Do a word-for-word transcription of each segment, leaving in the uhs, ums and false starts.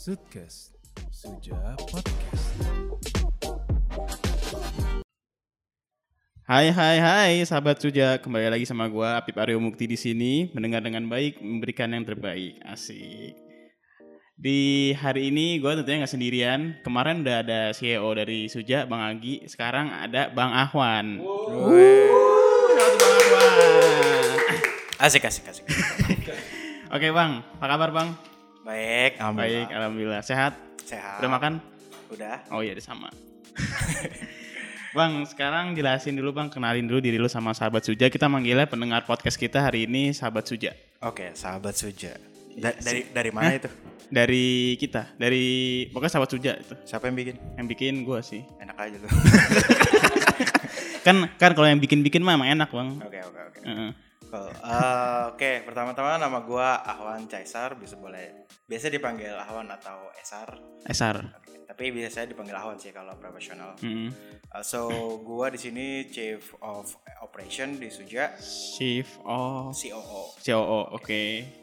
Sudcast, Suja Podcast. Hai hai hai sahabat Suja, kembali lagi sama gua Apip Aryo Mukti di sini, mendengar dengan baik, memberikan yang terbaik. Asik. Di hari ini gua tentunya nggak sendirian. Kemarin udah ada C E O dari Suja, Bang Agi. Sekarang ada Bang Ahwan. Wuh, Selamat Bang Ahwan. asik asik asik. Oke Bang, apa kabar Bang? Baik, alhamdulillah. Baik, alhamdulillah. Sehat? Sehat. Udah makan? Udah. Oh iya, sama. Bang, sekarang jelasin dulu Bang, kenalin dulu diri lu sama sahabat Suja. Kita manggilnya pendengar podcast kita hari ini sahabat Suja. Oke, sahabat Suja. Da- dari dari mana Hah? itu? Dari kita, dari pokoknya sahabat Suja itu. Siapa yang bikin? Yang bikin gua sih. Enak aja tuh. Kan kan kalau yang bikin-bikin mah emang enak, Bang. Oke oke oke. Heeh. Cool. Eh, Oke, pertama-tama nama gua Ahwan Caesar, bisa boleh biasa dipanggil Ahwan atau Esar. Esar. Oke, tapi biasanya dipanggil Ahwan sih kalau profesional. Heeh. Uh, so gua di sini Chief of Operation di Suja, Chief oh C O O. C O O, oke.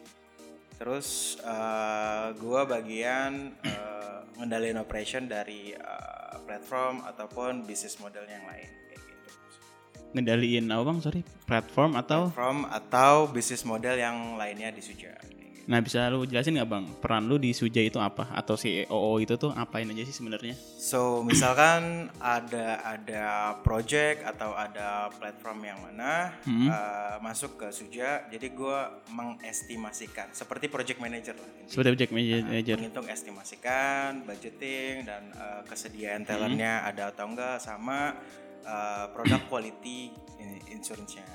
Terus uh, gua bagian uh, ngendalin operation dari uh, platform ataupun bisnis model yang lain kayak gitu. Ngendaliin apa Bang? Sorry, platform atau? Platform atau bisnis model yang lainnya di Suja. Kayak gitu. Nah, bisa lu jelasin nggak Bang? Peran lu di Suja itu apa? Atau C E O itu tuh apain aja sih sebenarnya? So misalkan ada ada project atau ada platform yang mana Hmm. uh, masuk ke Suja, jadi gua mengestimasikan seperti project manager lah. intinya. Seperti project Nah, manager. menghitung estimasikan, budgeting dan uh, kesediaan talentnya ada atau enggak sama uh, produk quality in- insurance-nya.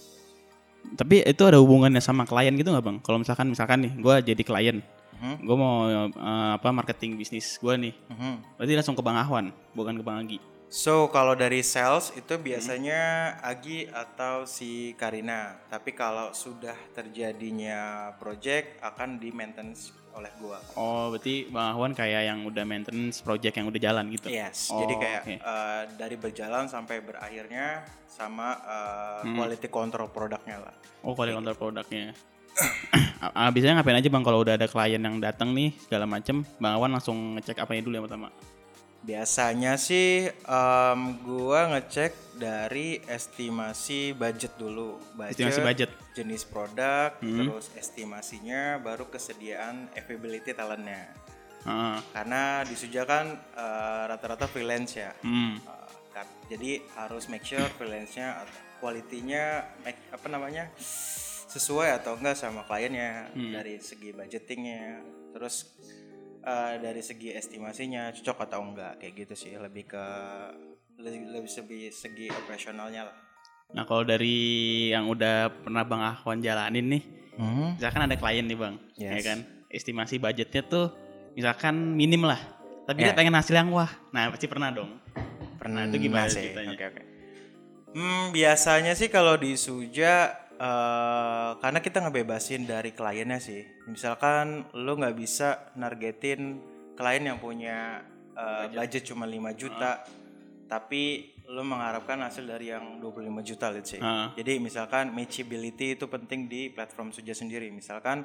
Tapi itu ada hubungannya sama klien gitu nggak Bang? Kalau misalkan misalkan nih, gue jadi klien, Mhm. gue mau eh, apa marketing bisnis gue nih, Mhm. berarti langsung ke Bang Ahwan, bukan ke Bang Agi. So kalau dari sales itu biasanya Agi atau si Karina. Tapi kalau sudah terjadinya project akan di maintenance oleh gua. Oh, berarti Bang Ahwan kayak yang udah maintenance project yang udah jalan gitu. Yes, Oh, jadi kayak oke. uh, dari berjalan sampai berakhirnya sama uh, Hmm. quality control produknya lah. Oh, quality control produknya. Ah, ah, biasanya ngapain aja Bang kalau udah ada klien yang datang nih segala macem, Bang Ahwan langsung ngecek apa dulu yang pertama? Biasanya sih um, gua ngecek dari estimasi budget dulu, budget, Estimasi budget. jenis produk, Hmm. terus estimasinya, baru kesediaan availability talentnya. Heeh. Karena di Suja kan uh, rata-rata freelance ya, Hmm. Uh, kan- jadi harus make sure freelance-nya, quality-nya, make- apa namanya, sesuai atau enggak sama kliennya Hmm. dari segi budgetingnya, terus uh, dari segi estimasinya cocok atau enggak kayak gitu sih, lebih ke lebih lebih segi, segi operasionalnya lah. Nah, kalau dari yang udah pernah Bang Ahwan jalanin nih, misalkan ada klien nih Bang, ya Yes. kan? Estimasi budgetnya tuh misalkan minim lah, tapi dia Ya. pengen hasil yang wah. Nah, pasti pernah dong. Pernah itu gimana sih? ceritanya? Oke oke. Hmm, biasanya sih kalau di Suja eh, karena kita ngebebasin dari kliennya sih. Misalkan lu nggak bisa nargetin klien yang punya eh, budget. cuma lima juta, tapi lu mengharapkan hasil dari yang dua puluh lima juta let's say. Ah. Jadi misalkan matchability itu penting di platform Suja sendiri. Misalkan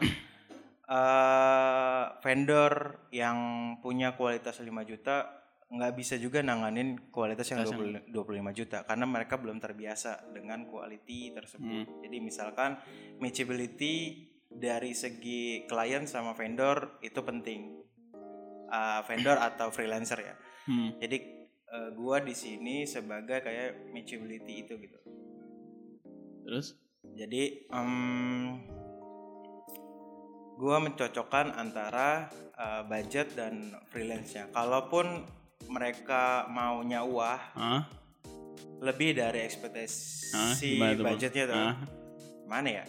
eh, vendor yang punya kualitas lima juta nggak bisa juga nanganin kualitas yang dua puluh lima juta karena mereka belum terbiasa dengan quality tersebut. Hmm. Jadi misalkan matchability dari segi klien sama vendor itu penting. Uh, vendor atau freelancer ya. Hmm. Jadi uh, gua di sini sebagai kayak matchability itu gitu. Terus? Jadi um, gua mencocokkan antara uh, budget dan freelance-nya. Kalaupun mereka maunya wah Ah? lebih dari ekspektasi Ah, gimana tuh, Bang? budgetnya tuh, Ah. mana ya?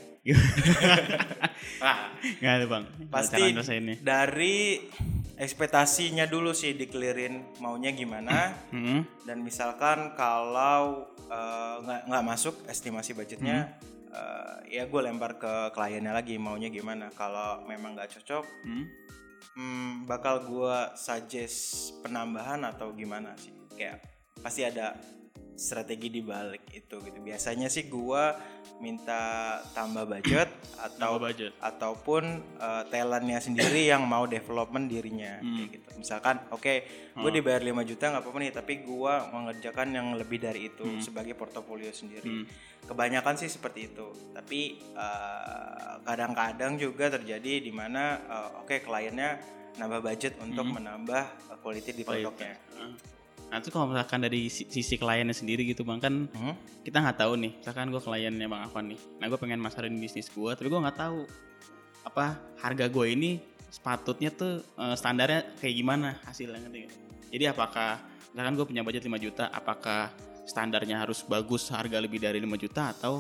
Ah, Nggak ada Bang. pasti Cara ngerasainnya. dari ekspektasinya dulu sih dikelirin maunya gimana. Hmm. Dan misalkan kalau eh, nggak nggak masuk estimasi budgetnya, eh, ya gue lempar ke kliennya lagi maunya gimana. Kalau memang nggak cocok, Hmm. Hmm, bakal gua suggest penambahan atau gimana sih? Kayak pasti ada strategi di balik itu gitu. Biasanya sih gua minta tambah budget atau Tambah budget. ataupun uh, talentnya sendiri yang mau development dirinya Hmm. kayak gitu. Misalkan oke, okay, gue Hmm. dibayar lima juta nggak apa-apa nih, tapi gue mengerjakan yang lebih dari itu Hmm. sebagai portofolio sendiri. Hmm. Kebanyakan sih seperti itu. Tapi uh, kadang-kadang juga terjadi di mana uh, oke okay, kliennya nambah budget untuk Hmm. menambah uh, quality di produknya. Nah itu kalau misalkan dari si- sisi kliennya sendiri gitu bang, kan Hmm? kita nggak tahu nih, misalkan gue kliennya bang Afan nih, nah gue pengen masarin bisnis gue, tapi gue nggak tahu apa harga gue ini sepatutnya tuh eh, standarnya kayak gimana hasilnya ngerti nggak? Jadi apakah misalkan gue punya budget lima juta, apakah standarnya harus bagus harga lebih dari lima juta atau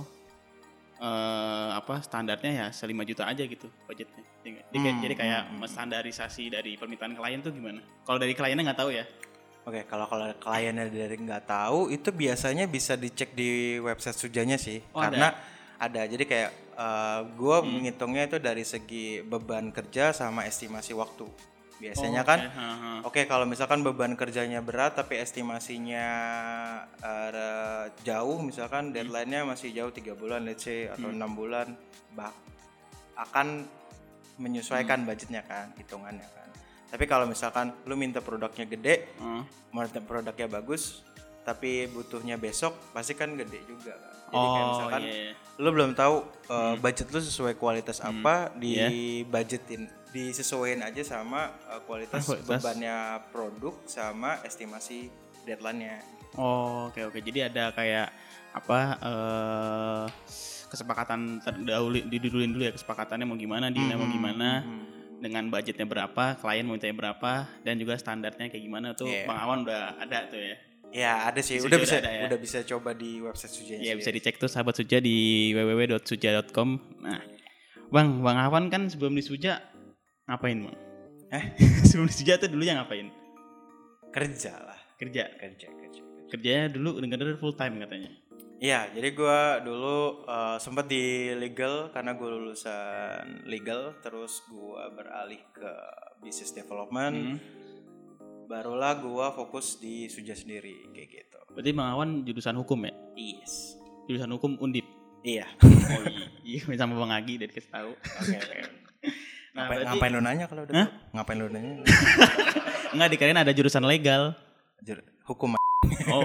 eh, apa standarnya ya selima juta aja gitu budgetnya? Jadi, kayak- Hmm, jadi kayak hmm, hmm. standarisasi dari permintaan klien tuh gimana? Kalau dari kliennya nggak tahu ya? Oke, kalau kalau kliennya dari nggak tahu itu biasanya bisa dicek di website Sujanya sih, Oh, karena ada. Jadi kayak gue Hmm. menghitungnya itu dari segi beban kerja sama estimasi waktu. Biasanya Oh, kan, oke, ha, ha. oke kalau misalkan beban kerjanya berat tapi estimasinya eh, jauh, misalkan deadline-nya masih jauh tiga bulan, let's say atau Hmm. enam bulan, bah akan menyesuaikan budgetnya kan, hitungannya kan. Tapi kalau misalkan lu minta produknya gede, Heeh. market produknya bagus tapi butuhnya besok, pasti kan gede juga kan. Jadi Oh, kayak misalkan iya. lu belum tahu uh, budget lu sesuai kualitas apa, Iya. di budgetin, disesuaiin aja sama uh, kualitas Ah, kualitas. bebannya produk sama estimasi deadline-nya. Oh, oke oke. Jadi ada kayak apa eh kesepakatan terdahulu diduluin dulu ya, kesepakatannya mau gimana, dealnya mau gimana, Mhm. dengan budgetnya berapa, klien mau mintanya berapa, dan juga standarnya kayak gimana tuh. Iya. Bang Awan udah ada tuh ya. Ya ada sih, Di udah Suja bisa udah ada ya? udah bisa coba di website Sujanya Iya bisa sendiri. dicek tuh sahabat Suja di w w w dot suja dot com. Nah, Bang, Bang Awan kan sebelum di Suja ngapain, Bang? Eh? Sebelum di Suja tuh dulunya ngapain? Kerja lah, Kerja. kerja kerja. Kerjanya dulu denger full time katanya. Iya, jadi gua dulu uh, sempat di legal karena gue lulusan legal, terus gua beralih ke business development. Hmm. Barulah gua fokus di Suja sendiri kayak gitu. Berarti Bang Awan jurusan hukum ya? Yes. Jurusan hukum Undip. Iya. Oh iya, iya sama Bang Agi dari kasih tahu. Oke oke. Nah, Ngapain, berarti ngapain lu nanya kalau udah? Hah? tahu? Ngapain lu nanya? enggak dikirain ada jurusan legal. Jur- Hukum. Oh.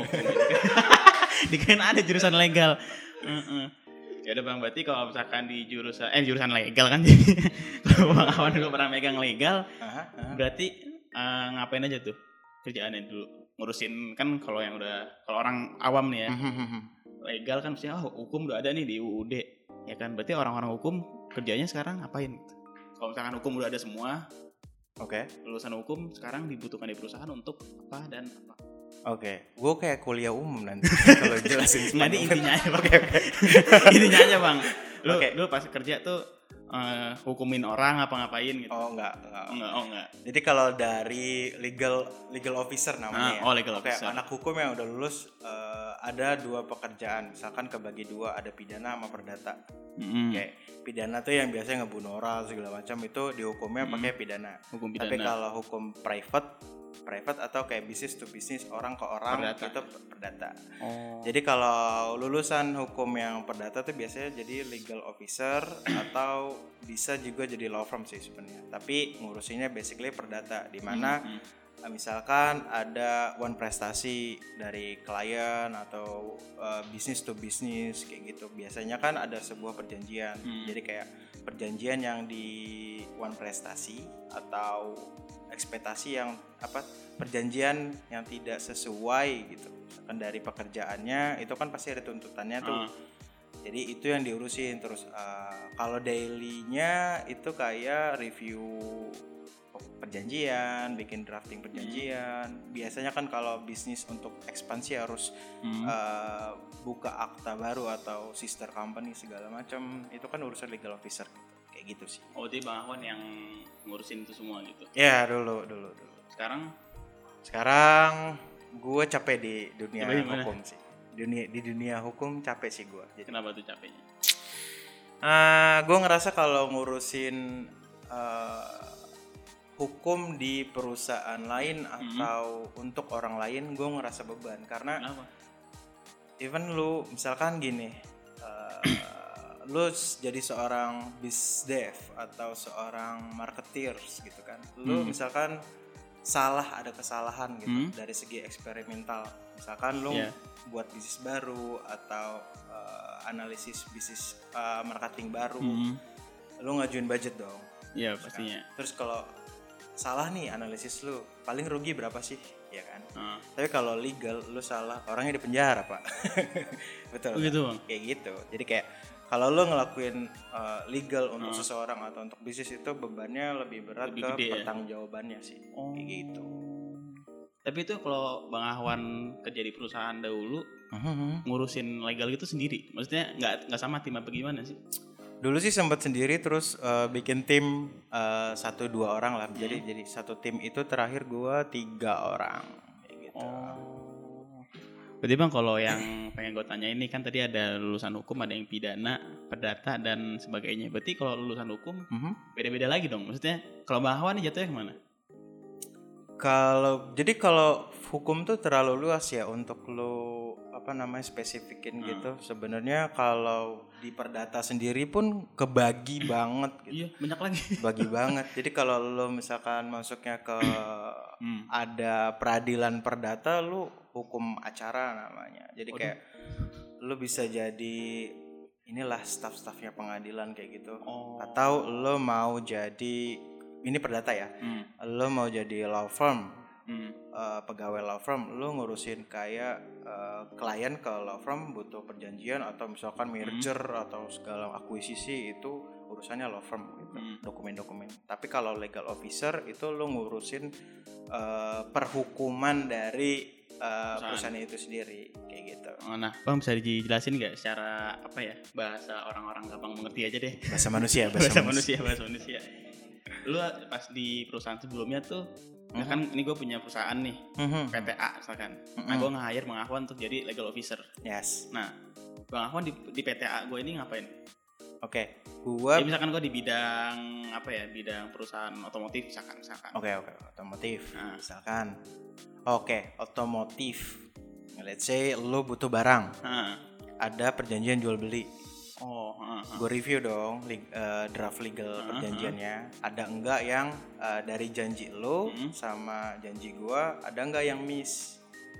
Dikirain ada jurusan legal. Heeh. Ya udah Bang, berarti kalau misalkan di jurusan eh jurusan legal kan jadi kalau Bang Awan dulu pernah megang legal, Aha, aha. berarti eh, ngapain aja tuh kerjaannya dulu? Ngurusin kan kalau yang udah kalau orang awam nih ya, legal kan mestinya oh, hukum udah ada nih di U U D. Ya kan? Berarti orang-orang hukum kerjanya sekarang ngapain? Kalau misalkan hukum udah ada semua, Oke. lulusan hukum sekarang dibutuhkan di perusahaan untuk apa dan apa? Oke. Gue kayak kuliah umum nanti kalau jelasin. Nggak, ini sepanjang. intinya aja Bang. Oke oke. Intinya aja Bang. Lu, Oke. lu pas kerja tuh eh, hukumin orang apa ngapain gitu? Oh enggak, enggak. enggak, oh enggak. Jadi kalau dari legal legal officer namanya Ah, ya. oh, legal Oke, officer. anak hukum yang udah lulus eh, ada dua pekerjaan. Misalkan kebagi dua, ada pidana sama perdata. Mm-mm. Kayak pidana tuh yang biasanya ngebunuh orang segala macam itu dihukumnya Hmm. pakai pidana. Hukum Tapi pidana. kalau hukum private, private atau kayak bisnis to bisnis orang ke orang Perdata. itu perdata. Oh. Jadi kalau lulusan hukum yang perdata tuh biasanya jadi legal officer atau bisa juga jadi law firm sih sebenarnya. Tapi ngurusinnya basically perdata, di mana Hmm. eh, misalkan ada one prestasi dari klien atau uh, bisnis to bisnis kayak gitu. Biasanya kan ada sebuah perjanjian. Hmm. Jadi kayak perjanjian yang di one prestasi atau ekspektasi yang apa perjanjian yang tidak sesuai gitu. Misalkan dari pekerjaannya itu kan pasti ada tuntutannya tuh. Ah. Jadi itu yang diurusin terus uh, kalau dailynya itu kayak review perjanjian, bikin drafting perjanjian. Biasanya kan kalau bisnis untuk ekspansi harus Hmm. uh, buka akta baru atau sister company segala macam. Itu kan urusan legal officer gitu. Kayak gitu sih. Oh, jadi Bang Awan yang ngurusin itu semua gitu. Ya dulu dulu dulu. Sekarang Sekarang gue capek di dunia Capek di mana? hukum sih. Dunia di dunia hukum capek sih gue. Jadi kenapa tuh capeknya? uh, gue ngerasa kalau ngurusin uh, hukum di perusahaan lain atau untuk orang lain, gue ngerasa beban karena Kenapa? even lu misalkan gini, uh, lu jadi seorang biz dev atau seorang marketeers gitu kan. Lu Hmm. misalkan salah ada kesalahan gitu Hmm. dari segi eksperimental. Misalkan lu Iya. buat bisnis baru atau uh, analisis bisnis uh, marketing baru, Hmm. lu ngajuin budget dong. Iya pastinya. Terus kalau salah nih analisis lu, paling rugi berapa sih? Ya kan. Ah. Tapi kalau legal lu salah, orangnya di penjara, Pak. Betul. Oh kan? gitu, Bang. Kayak gitu. Jadi kayak kalau lu ngelakuin uh, legal untuk seseorang atau untuk bisnis itu bebannya lebih berat Lebih ke gede ya? pertanggungjawabannya sih. Oh. Kayak gitu. Tapi itu kalau Bang Ahwan kerja di perusahaan dahulu ngurusin legal gitu sendiri, maksudnya nggak nggak sama tim apa gimana sih? Dulu sih sempat sendiri terus uh, bikin tim uh, satu dua orang lah. Jadi Hmm. jadi satu tim itu terakhir gua tiga orang. Kayak gitu. Oh. Berarti Bang kalau yang pengen gue tanya ini kan tadi ada lulusan hukum, ada yang pidana, perdata dan sebagainya. Berarti kalau lulusan hukum Mhm. beda-beda lagi dong. Maksudnya kalau Bang Ahwan nih jatuhnya kemana? Kalau jadi kalau hukum tuh terlalu luas ya untuk lo apa namanya spesifikin Hmm. gitu. Sebenarnya kalau di perdata sendiri pun kebagi banget gitu. Iya banyak lagi. Bagi banget. Jadi kalau lo misalkan masuknya ke Hmm. ada peradilan perdata, lo hukum acara namanya. Jadi Waduh. kayak lo bisa jadi inilah staff-staffnya pengadilan kayak gitu. Oh. Atau lo mau jadi ini perdata ya. Hmm. Lo mau jadi law firm, Hmm. uh, pegawai law firm, lo ngurusin kayak uh, klien ke law firm butuh perjanjian atau misalkan merger atau segala akuisisi itu urusannya law firm gitu, Hmm. dokumen-dokumen. Tapi kalau legal officer itu lo ngurusin uh, perhukuman dari uh, perusahaan itu sendiri kayak gitu. Oh, nah, Bang bisa dijelasin nggak secara apa ya bahasa orang-orang gampang mengerti aja deh. Bahasa manusia, bahasa, bahasa, manusia, bahasa manusia. Lu pas di perusahaan sebelumnya tuh, ya kan ini gue punya perusahaan nih, Mhm. P T A misalkan. Nah gue nge-hire Bang Ahwan untuk jadi legal officer. Yes. Nah, Bang Ahwan di, di P T A gue ini ngapain? Oke, gua Ya misalkan gue di bidang apa ya, bidang perusahaan otomotif misalkan, misalkan. Oke oke otomotif Nah. misalkan. Oke otomotif. Let's say lo butuh barang, Nah. ada perjanjian jual beli. Oh, uh, uh. Gue review dong lig- eh, draft legal perjanjiannya. Ada enggak yang eh, dari janji lo Hmm. sama janji gua ada enggak yang miss?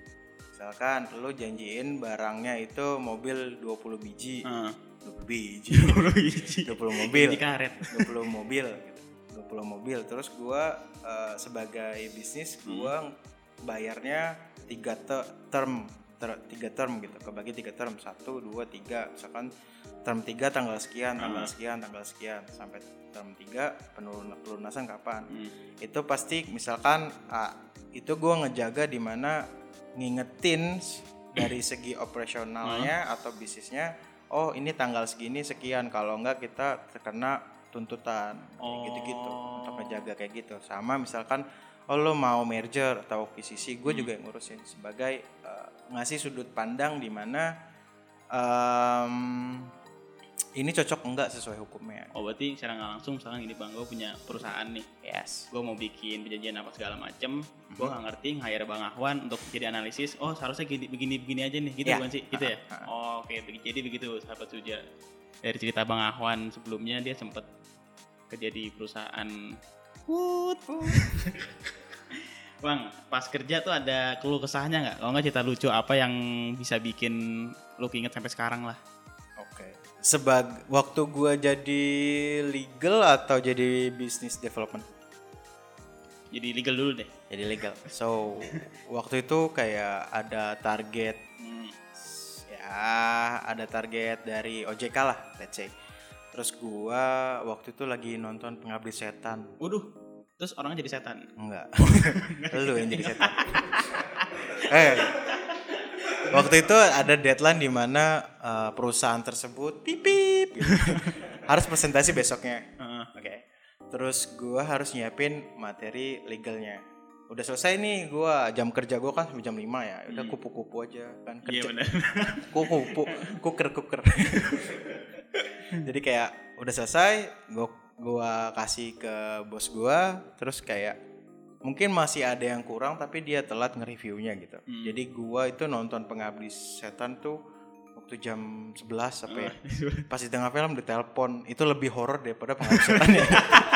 Misalkan lo janjiin barangnya itu mobil dua puluh biji. Uh. dua puluh biji. Biji. dua puluh mobil. Biji karet. dua puluh mobil gitu. dua puluh mobil terus gua uh, sebagai bisnis gua bayarnya tiga te- term ter- tiga term gitu, kebagi tiga term, satu dua tiga, misalkan term tiga tanggal sekian tanggal sekian tanggal sekian sampai term tiga penurun- pelunasan kapan. Hmm. Itu pasti misalkan ah, itu gua ngejaga di mana ngingetin dari segi operasionalnya atau bisnisnya, oh ini tanggal segini sekian, kalau enggak kita terkena tuntutan. Kayak Oh. gitu-gitu untuk ngejaga kayak gitu. Sama misalkan oh lo mau merger atau akuisisi, gue juga yang ngurusin sebagai uh, ngasih sudut pandang di mana um, ini cocok enggak sesuai hukumnya. Oh berarti secara nggak langsung misalkan gini Bang, gue punya perusahaan nih. Yes. Gue mau bikin perjanjian apa segala macem, gue nggak ngerti, nge-hire Bang Ahwan untuk jadi analisis. Oh seharusnya gini begini begini aja nih, gitu Ya. bukan sih? Gitu ya. Oh, oke, Be- jadi begitu sahabat Suja. Dari cerita Bang Ahwan sebelumnya dia sempet kerja di perusahaan. Put. Bang, pas kerja tuh ada keluh kesahnya nggak? Kalau nggak cerita lucu apa yang bisa bikin lu inget sampai sekarang lah? Oke. Sebag waktu gue jadi legal atau jadi business development? Jadi legal dulu deh. Jadi legal. So waktu itu kayak ada target, Hmm. ya ada target dari O J K lah, let's say. Terus gua waktu itu lagi nonton Pengabdi Setan. Waduh, terus orangnya jadi setan. Enggak. Lu yang jadi setan. eh. Waktu itu ada deadline di mana uh, perusahaan tersebut pipip gitu. Harus presentasi besoknya. Heeh. Oke. Terus gua harus nyiapin materi legalnya. Udah selesai nih gua, jam kerja gua kan sampai jam lima ya. Udah kupu-kupu aja kan Iya kerja. benar. Kupu-kupu, kuker-kuker. Jadi kayak udah selesai, gua gua kasih ke bos gua, terus kayak mungkin masih ada yang kurang tapi dia telat nge-reviewnya gitu. Hmm. Jadi gua itu nonton Pengabdi Setan tuh waktu jam sebelas sampai pas di tengah film ditelepon. Itu lebih horor daripada pengabdi setan ya.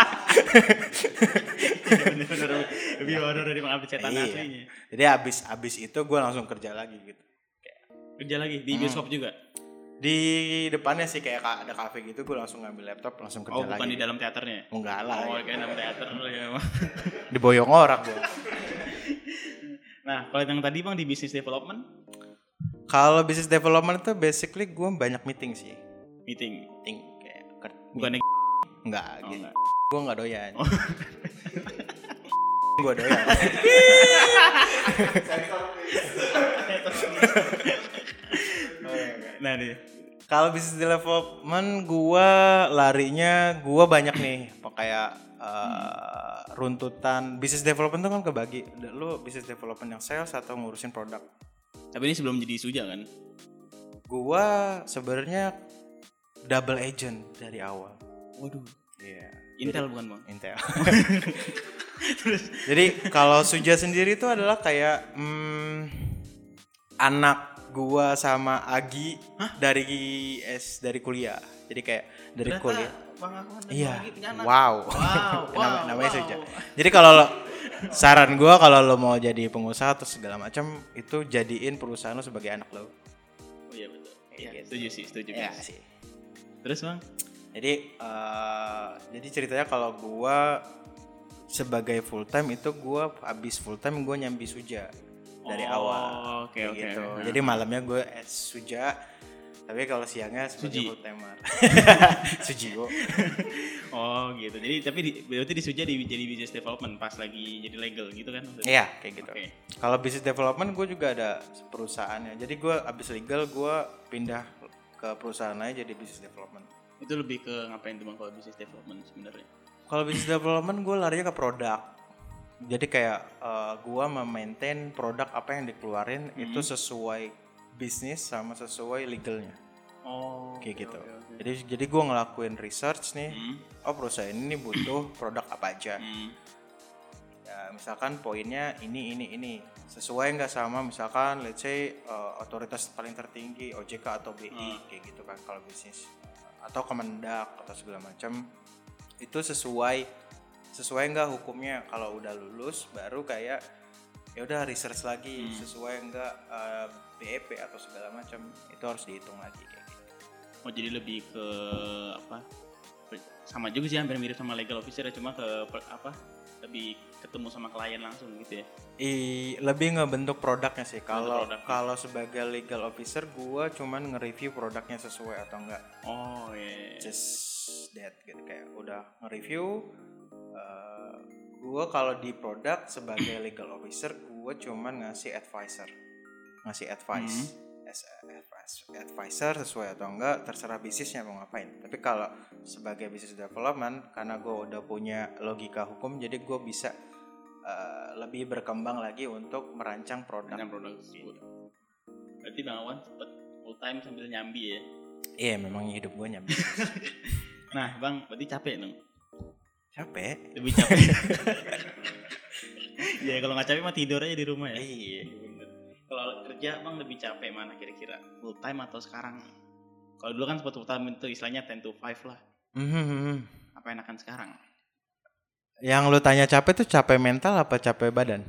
Bener-bener lebih horor dari pengabdi setan Iya. aslinya. Jadi abis abis itu gue langsung kerja lagi gitu. Kerja lagi di bioskop juga. Di depannya sih kayak ka- ada kafe gitu, gue langsung ngambil laptop langsung kerja Oh, bukan lagi. di dalam teaternya. Oh, enggak lah. Oh, ya. kayak dalam teater ya. Diboyong orang gue. Nah, kalau yang tadi Bang di business development, Kalau business development itu basically gue banyak meeting sih. meeting. Meeting kayak ker- Bukannya enggak Oh, gitu. enggak. Gue enggak doyan. Gue doyan. Nah, nih. Kalau business development gue larinya gue banyak nih kayak uh, runtutan business development itu kan kebagi. Lu business development yang sales atau ngurusin produk. Tapi ini sebelum jadi Suja kan? Gue sebenarnya double agent dari awal. Waduh. Iya. Intel bukan Bang? Intel. Jadi kalau Suja sendiri itu adalah kayak hmm, anak gua sama Agi dari S dari kuliah. Jadi kayak dari Ternyata kuliah. Bang Akwan dan Iya. Bang Agi punya anak. Wow. Wow, Nama- wow, namanya wow. Suja. Jadi kalau lo, saran gua kalau lo mau jadi pengusaha atau segala macam itu jadiin perusahaan lo sebagai anak lo. Oh iya betul. Iya, Gitu. setuju sih, setuju. Iya Bang. sih. Terus Bang? Jadi eh, jadi ceritanya kalau gua sebagai full time itu gua habis full time gua nyambi Suja dari Oh, awal. oke, Kayak oke. gitu. Nah. Jadi malamnya gue es Suja, tapi kalau siangnya sebagai Suji. full timer. Sujiwo. Oh gitu. Jadi tapi di, berarti di Suja di, jadi business development pas lagi jadi legal gitu kan? maksudnya? Iya, kayak gitu. Oke. Kalau business development gue juga ada perusahaannya. Jadi gue abis legal gue pindah ke perusahaan lain jadi business development. Itu lebih ke ngapain tuh Bang kalau business development sebenarnya? Kalau business development gue larinya ke produk. Jadi kayak uh, gue memaintain produk apa yang dikeluarin Hmm. itu sesuai bisnis sama sesuai legalnya. Oh, Kayak gitu. oke, oke. Jadi jadi gue ngelakuin research nih. Hmm. Oh perusahaan ini butuh produk apa aja. Hmm. Ya misalkan poinnya ini ini ini sesuai nggak sama misalkan let's say uh, otoritas paling tertinggi O J K atau B I Hmm. kayak gitu kan kalau bisnis atau Kemendak atau segala macam itu sesuai sesuai nggak hukumnya. Kalau udah lulus baru kayak ya udah research lagi Hmm. sesuai nggak uh, B E P atau segala macam itu harus dihitung lagi kayak gitu. Oh jadi lebih ke apa? Sama juga sih hampir mirip sama legal officer ya, cuma ke per- apa? Lebih ketemu sama klien langsung gitu ya. I, lebih ngebentuk produknya sih. Kalau produknya. kalau sebagai legal officer gua cuman nge-review produknya sesuai atau enggak. Oh iya. Just that gitu kayak udah nge-review uh, gua kalau di produk sebagai legal officer gua cuman ngasih advisor. Ngasih advice. As a advice- advisor sesuai atau enggak terserah bisnisnya mau ngapain. Tapi kalau sebagai business development karena gue udah punya logika hukum jadi gue bisa uh, lebih berkembang lagi untuk merancang produk. Dengan produk tersebut. Berarti Bang Awan sempet full time sambil nyambi ya. Iya memang hidup gue nyambi. Nah Bang, berarti capek dong. Capek. Lebih capek. Ya kalau nggak capek mah tidur aja di rumah ya. Iya. Bener. Kalau kerja Bang lebih capek mana kira-kira? Full time atau sekarang? Kalau dulu kan sempat full time itu istilahnya ten to five lah. Mhm. Apa enakan sekarang? Yang lu tanya capek tuh capek mental apa capek badan?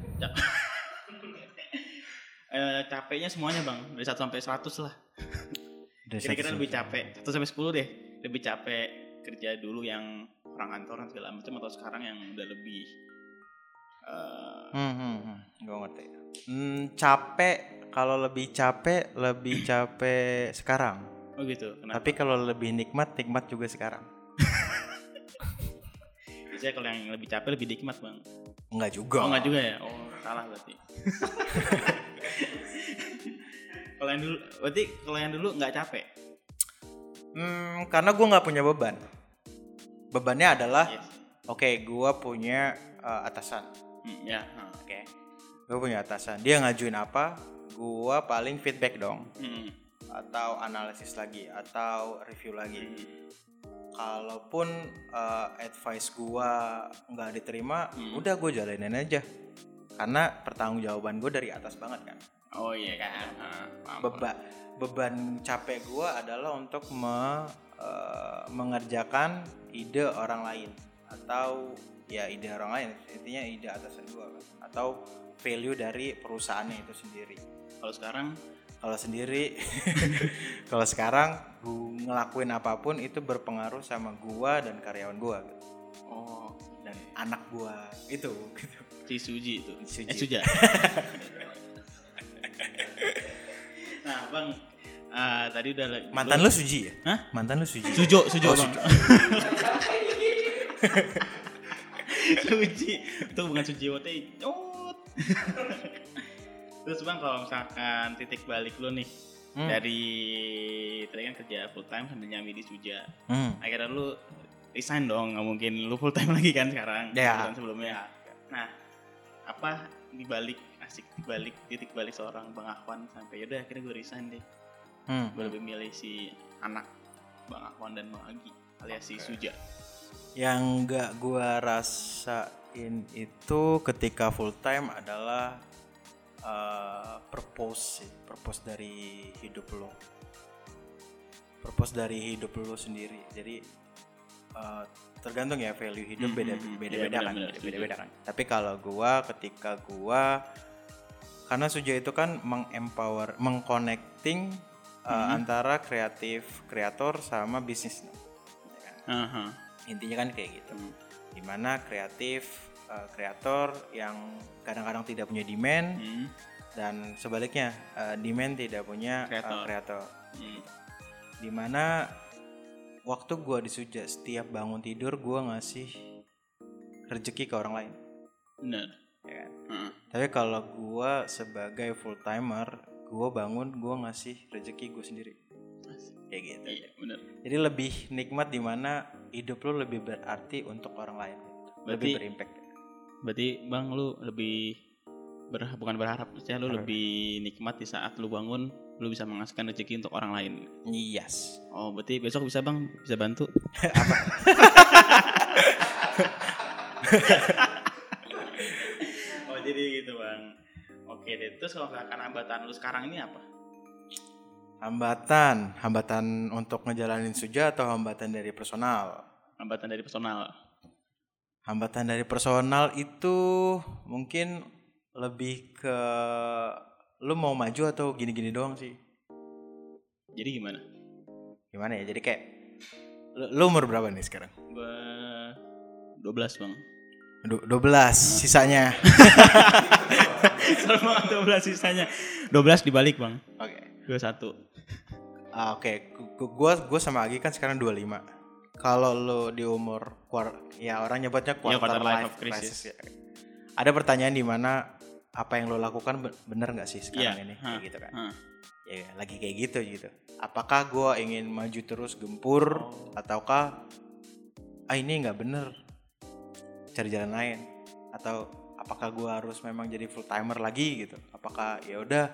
Eh, capeknya semuanya Bang, dari satu sampai seratus lah. Dari Kira-kira satu- lebih capek, satu sampai sepuluh deh. Lebih capek kerja dulu yang orang kantoran segala macam atau sekarang yang udah lebih eh, Hmm, hmm, hmm. Gue ngerti. Hmm, capek kalau lebih capek lebih capek sekarang. oh gitu. Kenapa? Tapi kalau lebih nikmat nikmat juga sekarang. Biasanya kalau yang lebih capek lebih nikmat Bang. Enggak juga. Oh enggak juga ya? Oh salah berarti. Kalau yang dulu, berarti kalau yang dulu nggak capek? Hmm, karena gue nggak punya beban. Bebannya adalah, Yes. oke, gue punya uh, atasan. Hmm, ya. Nah. Oke, gue punya atasan. Dia ngajuin apa, gue paling feedback dong, Hmm. atau analisis lagi, atau review lagi. Hmm. Kalaupun uh, advice gue nggak diterima, Hmm. udah gue jalanin aja. Karena pertanggungjawaban gue dari atas banget kan. Oh iya kan. Uh, paham. Beba- beban capek gue adalah untuk me, uh, mengerjakan ide orang lain atau ya ide orang lain, intinya ide atasan gue kan, atau value dari perusahaannya itu sendiri. Kalau sekarang Kalau sendiri, kalau sekarang gue ngelakuin apapun itu berpengaruh sama gua dan karyawan gua gitu. oh Dan anak gua itu gitu. si Suji itu. Suji. Eh Suja. Nah, Bang, uh, tadi udah Mantan lu Suji ya? Hah? Mantan lu Suji. Sujo, Sujo, Oh, Bang. Suji. Itu bukan Suji Wote. Cut. Terus Bang, kalau misalkan titik balik lu nih hmm. dari tadi kan kerja full time sambil nyambi di Suja. Hmm. Akhirnya lu resign dong, nggak mungkin lu full time lagi kan sekarang. Ya. Sebelumnya. Nah, apa dibalik asik dibalik titik balik seorang Bang Ahwan sampai yaudah akhirnya gue resign deh. Hmm. Gue lebih milih si anak Bang Ahwan dan Bang Agi alias okay. si Suja. Yang nggak gue rasain itu ketika full time adalah Uh, purpose sih, purpose dari hidup lo, purpose dari hidup lo sendiri. Jadi uh, tergantung ya value hidup beda mm-hmm. beda beda ya, kan, bener, beda beda kan. Tapi kalau gua ketika gua karena Suja itu kan mengempower, mengconnecting uh, mm-hmm. antara kreatif kreator sama bisnis. Ya kan? uh-huh. Intinya kan kayak gitu. Mm. Dimana kreatif kreator uh, yang kadang-kadang tidak punya demand hmm. dan sebaliknya uh, demand tidak punya kreator. Uh, hmm. Dimana waktu gue di Suja setiap bangun tidur gue ngasih rezeki ke orang lain. Benar. Ya kan? hmm. Tapi kalau gue sebagai full timer, gue bangun gue ngasih rezeki gue sendiri. Kayak gitu. Iya, benar. Jadi lebih nikmat dimana hidup lo lebih berarti untuk orang lain. Berarti, lebih berimpact. Berarti Bang lu lebih ber, bukan berharap, maksudnya lu lebih nikmat di saat lu bangun lu bisa menghasilkan rezeki untuk orang lain. Yes. Oh, berarti besok bisa Bang, bisa bantu. Apa? Oh, jadi gitu Bang. Oke deh, terus kalau misalkan hambatan lu sekarang ini apa? Hambatan, hambatan untuk ngejalanin Suja atau hambatan dari personal? Hambatan dari personal. Hambatan dari personal itu mungkin lebih ke lu mau maju atau gini-gini doang sih. Jadi gimana? Gimana ya? Jadi kayak lu, lu umur berapa nih sekarang? Gua dua belas Bang. Du- dua belas nah. Sisanya. Sama dua belas sisanya. dua belas dibalik Bang. Oke. Okay. dua puluh satu. Ah, Oke, okay. Gua gua sama Agi kan sekarang dua puluh lima. Kalau lo di umur ya orang nyebutnya quarter, ya, quarter life, life crisis, crisis ya. Ada pertanyaan di mana apa yang lo lakukan bener nggak sih sekarang ya, ini, ha, kayak gitu kan? Ha. Ya lagi kayak gitu gitu. Apakah gue ingin maju terus gempur, oh. ataukah ah ini nggak bener, cari jalan lain, atau apakah gue harus memang jadi full timer lagi gitu? Apakah ya udah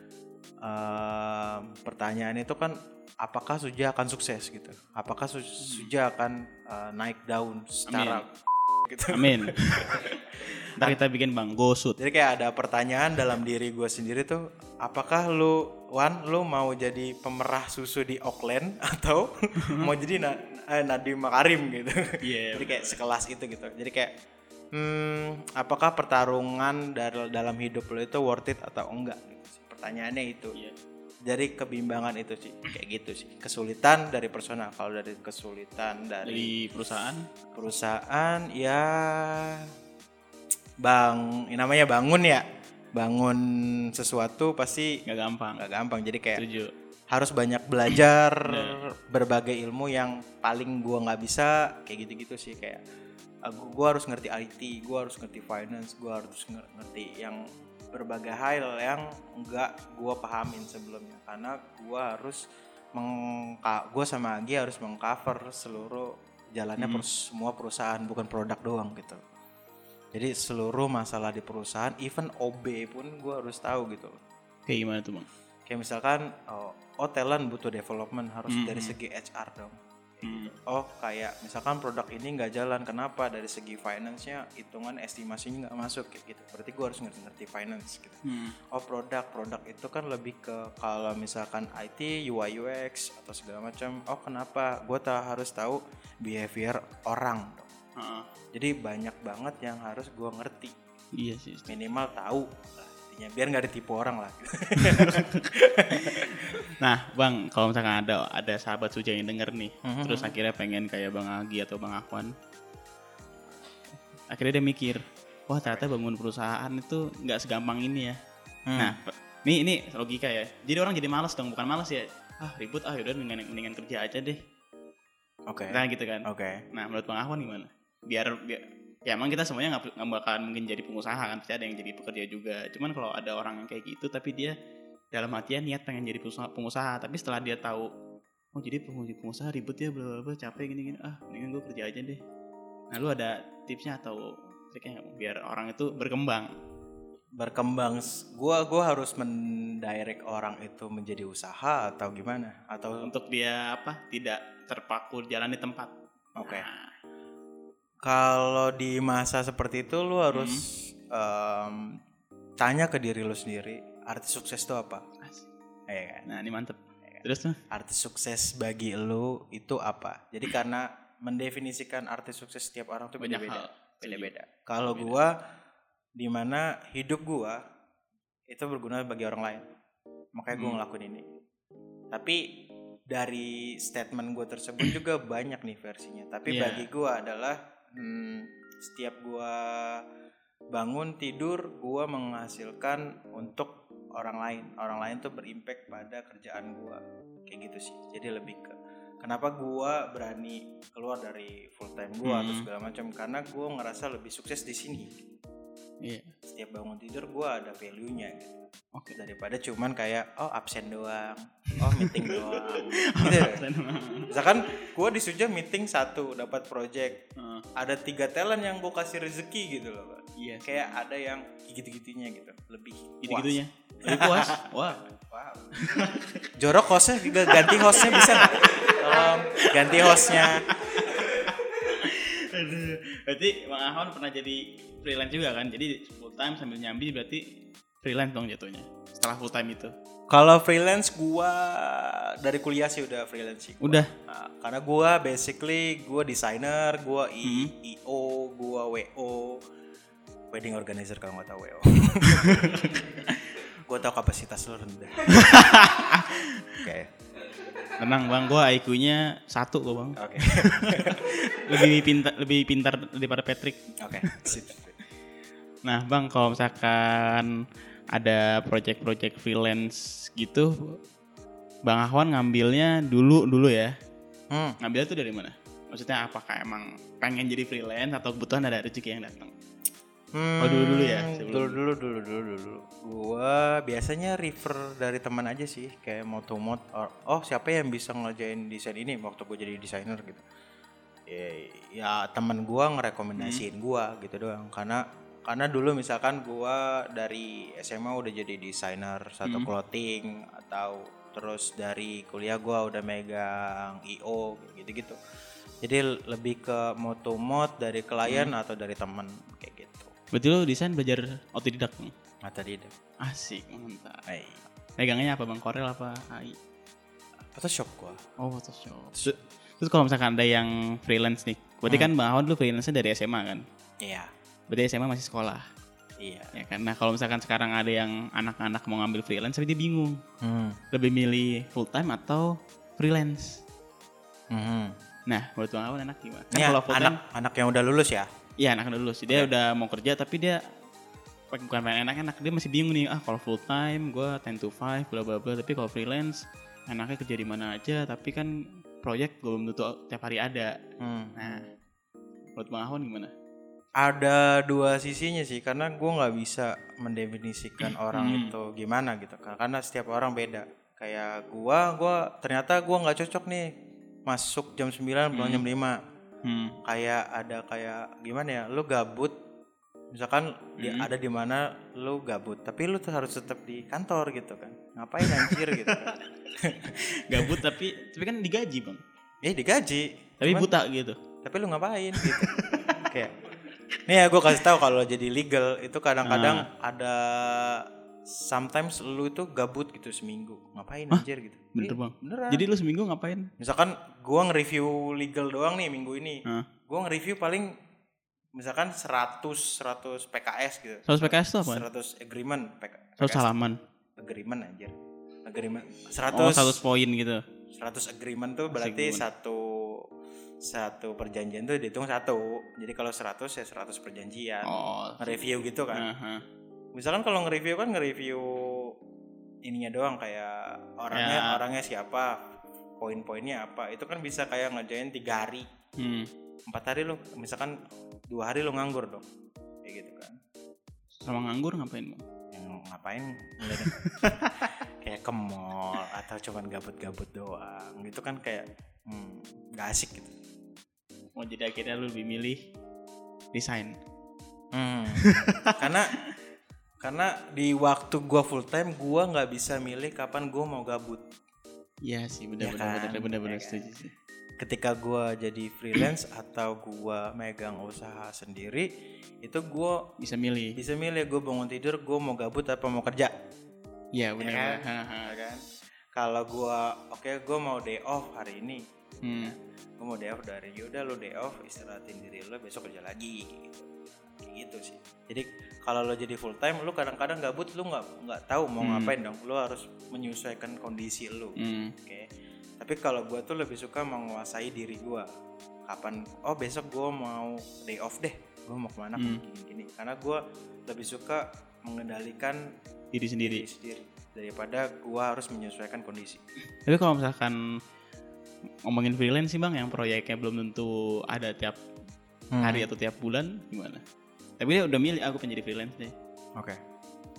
um, pertanyaan itu kan apakah Suja akan sukses gitu? Apakah Su- Suja akan uh, naik daun secara Amin. gitu? Amin. Ntar kita bikin Bang Gosut. Jadi kayak ada pertanyaan dalam diri gue sendiri tuh, apakah lu Wan lu mau jadi pemerah susu di Auckland atau mau jadi na- eh, Nadiem Makarim gitu? Yeah, jadi kayak sekelas itu gitu. Jadi kayak hmm, apakah pertarungan dar- dalam hidup lu itu worth it atau enggak? Gitu. Pertanyaannya itu. Yeah. Dari kebimbangan itu sih, kayak gitu sih. Kesulitan dari personal, kalau dari kesulitan dari, dari perusahaan, perusahaan ya bang, ini namanya bangun ya, bangun sesuatu pasti nggak gampang, nggak gampang. Jadi kayak Setuju. harus banyak belajar berbagai ilmu yang paling gua nggak bisa, kayak gitu-gitu sih. Kayak gua harus ngerti I T, gua harus ngerti finance, gua harus ngerti yang berbagai hal yang enggak gue pahamin sebelumnya, karena gue harus mengka gue sama Agi harus mengcover seluruh jalannya hmm. per- semua perusahaan, bukan produk doang gitu. Jadi seluruh masalah di perusahaan, even O B pun gue harus tahu gitu. Kayak gimana tuh Bang? Kayak misalkan oh, oh talent butuh development, harus hmm. dari segi H R dong. gitu. Oh kayak misalkan produk ini nggak jalan, kenapa? Dari segi finance-nya hitungan estimasinya nggak masuk kayak gitu. Berarti gue harus ngerti-ngerti finance gitu. Hmm. Oh produk produk itu kan lebih ke kalau misalkan I T, U I U X atau segala macam. Oh kenapa? Gue tak harus tahu behavior orang. Uh-uh. Jadi banyak banget yang harus gue ngerti. Iya sih. Minimal tahu. Biar nggak ditipu orang lah. Nah bang, kalau misalkan ada ada sahabat Suja yang denger nih, mm-hmm. terus akhirnya pengen kayak Bang Agi atau Bang Ahwan, akhirnya dia mikir, wah ternyata bangun perusahaan itu nggak segampang ini ya. Hmm. Nah, ini ini logika ya. Jadi orang jadi malas dong, bukan malas ya? Ah ribut, ah yaudah mendingan, mendingan kerja aja deh. Oke. Okay. Nah gitu kan. Oke. Okay. Nah menurut Bang Ahwan gimana? Biar, biar ya emang kita semuanya nggak nggak bakalan mungkin jadi pengusaha kan, pasti ada yang jadi pekerja juga. Cuman kalau ada orang yang kayak gitu tapi dia dalam hatinya niat pengen jadi pengusaha, pengusaha tapi setelah dia tahu oh jadi pengusaha ribet ya, bla bla bla, capek gini gini, ah mendingan gue kerja aja deh. Nah lu ada tipsnya atau triknya nggak biar orang itu berkembang? Berkembang, gua gua harus mendirect orang itu menjadi usaha atau gimana? Atau untuk dia apa? Tidak terpaku jalan di tempat. Oke. Okay. Nah. Kalau di masa seperti itu lu harus hmm. um, tanya ke diri lu sendiri, arti sukses itu apa? Ya kan? Nah ini mantep. Ya kan? Terus tuh? Arti sukses bagi lu itu apa? Jadi karena mendefinisikan arti sukses setiap orang tuh beda-beda. Beda-beda. Kalau gua di mana hidup gua itu berguna bagi orang lain, makanya gua hmm. ngelakuin ini. Tapi dari statement gua tersebut juga banyak nih versinya. Tapi yeah. bagi gua adalah Hmm, setiap gua bangun tidur gua menghasilkan untuk orang lain. Orang lain tuh berimpact pada kerjaan gua. Kayak gitu sih. Jadi lebih ke kenapa gua berani keluar dari full time gua hmm. atau segala macam, karena gua ngerasa lebih sukses di sini. Iya. Yeah. Setiap bangun tidur gua ada value-nya gitu. Oke. Okay. Daripada cuman kayak oh absen doang, oh meeting doang. Gitu. Misalkan gue di Suja meeting satu dapat project, uh. ada tiga talent yang gue kasih rezeki gitu loh, Pak. Iya. Kayak ada yang gitu-gitunya gitu, lebih gitu-gitunya. Lebih puas. Wah. Wow. Jorok hostnya juga, ganti hostnya bisa nggak? Tolong ganti hostnya. Berarti Bang Ahwan pernah jadi freelance juga kan? Jadi full time sambil nyambi berarti freelance dong jatuhnya setelah full time itu. Kalau freelance gua dari kuliah sih udah freelance sih. Gua. Udah. Nah, karena gua basically gua designer, gua I, hmm. I O, gua W O, wedding organizer kalau nggak tahu W O. Gua tahu kapasitas lu rendah. Oke. Okay. Tenang bang, gua I Q-nya satu kok bang. Oke. Okay. lebih pintar, lebih pintar daripada Patrick. Oke. Okay. Nah bang, kalau misalkan ada project-project freelance gitu, Bang Ahwan ngambilnya dulu dulu ya. Hmm. Ngambilnya tuh dari mana? Maksudnya apakah emang pengen jadi freelance atau kebetulan ada rezeki yang datang? Hmm, oh dulu dulu ya. Sebelum. Dulu dulu dulu dulu dulu. Gua biasanya refer dari teman aja sih, kayak mau to mod. Oh siapa yang bisa ngerjain desain ini waktu gue jadi desainer gitu. Ya, ya teman gua ngerekomendasiin hmm. gua gitu doang. Karena Karena dulu misalkan gua dari S M A udah jadi desainer satu hmm. clothing, atau terus dari kuliah gua udah megang I O gitu-gitu. Jadi lebih ke moto mod dari klien hmm. atau dari teman kayak gitu. Berarti lo desain belajar otodidak nih? Otodidak. Asik, mantap. Hai. Megangnya apa Bang, Corel apa A I? Photoshop gua. Oh, Photoshop. Terus, terus kalau misalkan ada yang freelance nih, berarti hmm. kan Bang Ahwan dulu freelance-nya dari S M A kan? Iya. Berarti S M A masih sekolah. Iya. Ya kan. Nah kalau misalkan sekarang ada yang anak-anak mau ngambil freelance tapi dia bingung. Hmm. Lebih milih full time atau freelance. Hmm. Nah menurut Bang Ahwan enak gimana? Kan ya, kalau full time anak, anak yang udah lulus ya? Iya anak udah lulus. Dia ya. udah mau kerja tapi dia bukan pengen enak-enak. Dia masih bingung nih. Ah kalau full time gue ten to five bla bla bla. Tapi kalau freelance enaknya kerja di mana aja. Tapi kan proyek gue belum tentu tiap hari ada. Hmm. Nah menurut Bang Ahwan gimana? Ada dua sisinya sih, karena gue nggak bisa mendefinisikan orang hmm. itu gimana gitu, karena setiap orang beda. Kayak gue, gue ternyata gue nggak cocok nih masuk jam sembilan pulang hmm. jam lima. Hmm. Kayak ada kayak gimana ya, lu gabut, misalkan hmm. di, ada di mana lu gabut, tapi lu tuh harus tetap di kantor gitu kan, ngapain anjir gitu kan. Gabut tapi tapi kan digaji bang. Eh digaji. Tapi Cuman, buta gitu. Tapi lu ngapain gitu. Kayak nih ya gue kasih tahu kalau jadi legal itu kadang-kadang Ah. ada sometimes lu itu gabut gitu seminggu. Ngapain anjir gitu. Bener Ih, bang. Beneran. Jadi lu seminggu ngapain? Misalkan gua nge-review legal doang nih minggu ini. Ah. Gua nge-review paling misalkan seratus seratus P K S gitu. seratus P K S itu apa? seratus agreement P K S. seratus halaman. Agreement anjir. Agreement Oh, seratus seratus poin gitu. seratus agreement tuh berarti Agreement. satu satu perjanjian tuh dihitung satu. Jadi kalau seratus ya seratus perjanjian. Oh. Nge-review gitu kan. Aha. Misalkan kalau nge-review kan nge-review ininya doang kayak orangnya Ya. orangnya siapa, poin-poinnya apa. Itu kan bisa kayak ngerjain tiga hari, Hmm. empat hari lo, misalkan dua hari lo nganggur dong, kayak gitu kan. Sama nganggur ngapain bang? Yang ngapain? Ngeliatin kayak ke mall atau cuman gabut-gabut doang. Gitu kan kayak hmm, gak asik gitu. Oh jadi akhirnya lu lebih milih desain. Hmm. karena karena di waktu gua full time gua nggak bisa milih kapan gua mau gabut. Iya sih benar Ya benar kan? benar benar benar Ya kan? setuju sih. Ketika gua jadi freelance atau gua megang usaha sendiri, itu gua Bisa milih. bisa milih gua bangun tidur gua mau gabut apa mau kerja. Iya benar. Ya kan? benar. Ha, ha. Ya kan? Kalau gua oke okay, gua mau day off hari ini. Hmm. Gua mau day off dari yaudah lu day off istirahatin diri lu besok kerja lagi gitu. Kayak gitu sih. Jadi kalau lo jadi full time lu kadang-kadang gabut lu nggak nggak tahu mau Hmm. ngapain dong. Lu harus menyesuaikan kondisi lu. Hmm. Oke. Tapi kalau gue tuh lebih suka menguasai diri gue. Kapan? Oh besok gue mau day off deh. Gue mau kemana? Hmm. Gini-gini. Karena gue lebih suka mengendalikan Diri sendiri. diri sendiri daripada gue harus menyesuaikan kondisi. Tapi kalau misalkan ngomongin freelance sih bang, yang proyeknya belum tentu ada tiap hari atau tiap bulan, gimana? Tapi dia udah milih aku pengen jadi freelance deh. Oke. Okay.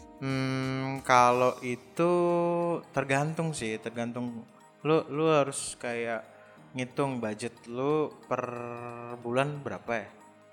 Hmm, kalau itu tergantung sih, tergantung lu lu harus kayak ngitung budget lu per bulan berapa ya?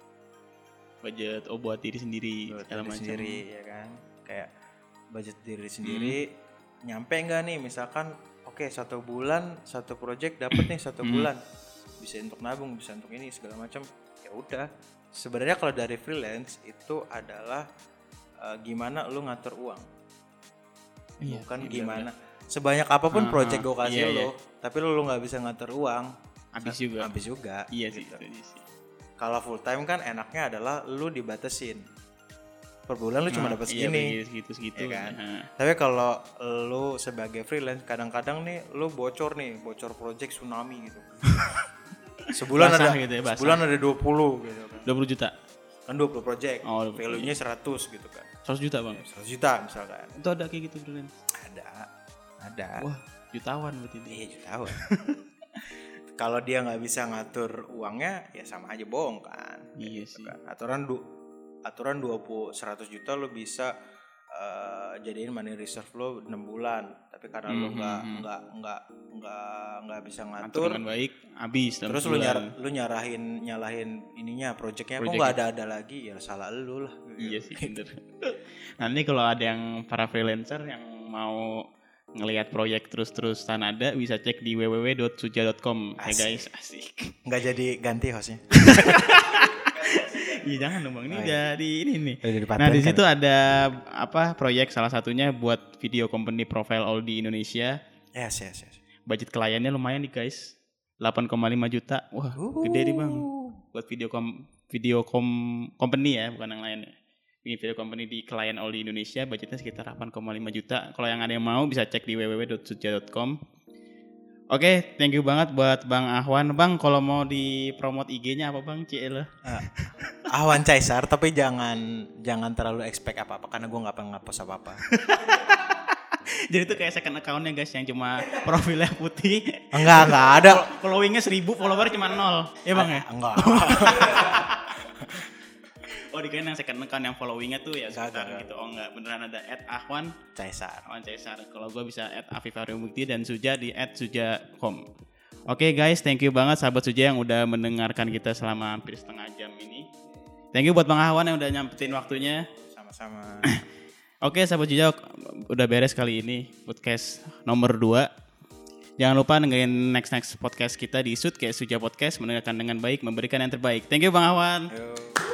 Budget oh buat diri sendiri Buat segala diri macam. sendiri ya kan. Kayak budget diri sendiri nyampe nggak nih misalkan oke okay, satu bulan satu project dapat nih satu Hmm. bulan. Bisa untuk nabung, bisa untuk ini segala macam. Ya udah. Sebenarnya kalau dari freelance itu adalah uh, gimana lu ngatur uang. Iya, Bukan iya, gimana sebanyak apapun Ah, project ah, gue kasih iya, lo, iya. tapi lo lo nggak bisa ngatur uang, Habis juga. habis juga. Iya sih, gitu. setuju sih. Kalau full time kan enaknya adalah lu dibatasin. Per bulan lu cuma Nah, dapat iya, segini. segitu segitu. Iya kan? Nah, Tapi kalau lu sebagai freelance kadang-kadang nih lu bocor nih, bocor project tsunami gitu. Sebulan Basah ada gitu ya, basah. sebulan ada dua puluh gitu kan. dua puluh juta. Kan dua puluh project. Oh, dua puluh. Value-nya seratus gitu kan. seratus juta bang. seratus juta misalkan. Itu ada kayak gitu freelance. Ada. Ada. Wah jutawan berarti ini. Iya jutawan. Kalau dia nggak bisa ngatur uangnya, ya sama aja bohong kan. Iya Gitu sih. kan. Aturan du, aturan dua puluh seratus juta lo bisa uh, jadiin money reserve lo enam bulan. Tapi karena lo Mhm, nggak mhm. nggak nggak nggak nggak bisa Atur ngatur, dengan baik, habis dalam terus lo sebulan. nyar, lo nyarahin nyalahin ininya projectnya, kok Project nggak ada ada lagi, ya salah lo lah. Iya sih bener. Nanti kalau ada yang para freelancer yang mau ngelihat proyek terus-terusan ada, bisa cek di w w w dot suja dot com ya Asik. guys. Asik. Nggak jadi ganti hostnya. Iya jangan dong bang, ini Oh, iya. udah di ini nih. Udah Nah dipatenkan. di situ ada apa proyek salah satunya buat video company profile all di Indonesia. Yes yes yes. Budget kliennya lumayan nih guys, delapan koma lima juta. Wah gede nih bang. Buat video com video com company ya, bukan yang lain. Ini video company di klien all di Indonesia, budgetnya sekitar delapan koma lima juta. Kalau yang ada yang mau bisa cek di w w w dot suja dot com. Oke, thank you banget buat Bang Ahwan. Bang, kalau mau dipromot I G-nya apa Bang? C L. Ahwan Caesar, tapi jangan jangan terlalu expect apa-apa karena gue nggak pernah ngepost apa-apa. Jadi itu kayak second account-nya guys yang cuma profilnya putih. Enggak, enggak ada. Followingnya seribu, follower cuma nol. Ya Bang ya? Enggak. Oh dikain yang second account yang followingnya tuh ya Enggak, sekitar enggak. gitu. Oh enggak, beneran ada at Ahwan Caesar. Ahwan Caesar. Kalau gue bisa at Afif Aryo Mukti dan Suja di at suja dot com. Oke guys, thank you banget sahabat Suja yang udah mendengarkan kita selama hampir setengah jam ini. Thank you buat Bang Ahwan yang udah nyampetin waktunya. Sama-sama. Oke sahabat Suja, udah beres kali ini podcast nomor dua. Jangan lupa dengerin next-next podcast kita di Sud kayak Suja Podcast, mendengarkan dengan baik, memberikan yang terbaik. Thank you Bang Awan. Yo.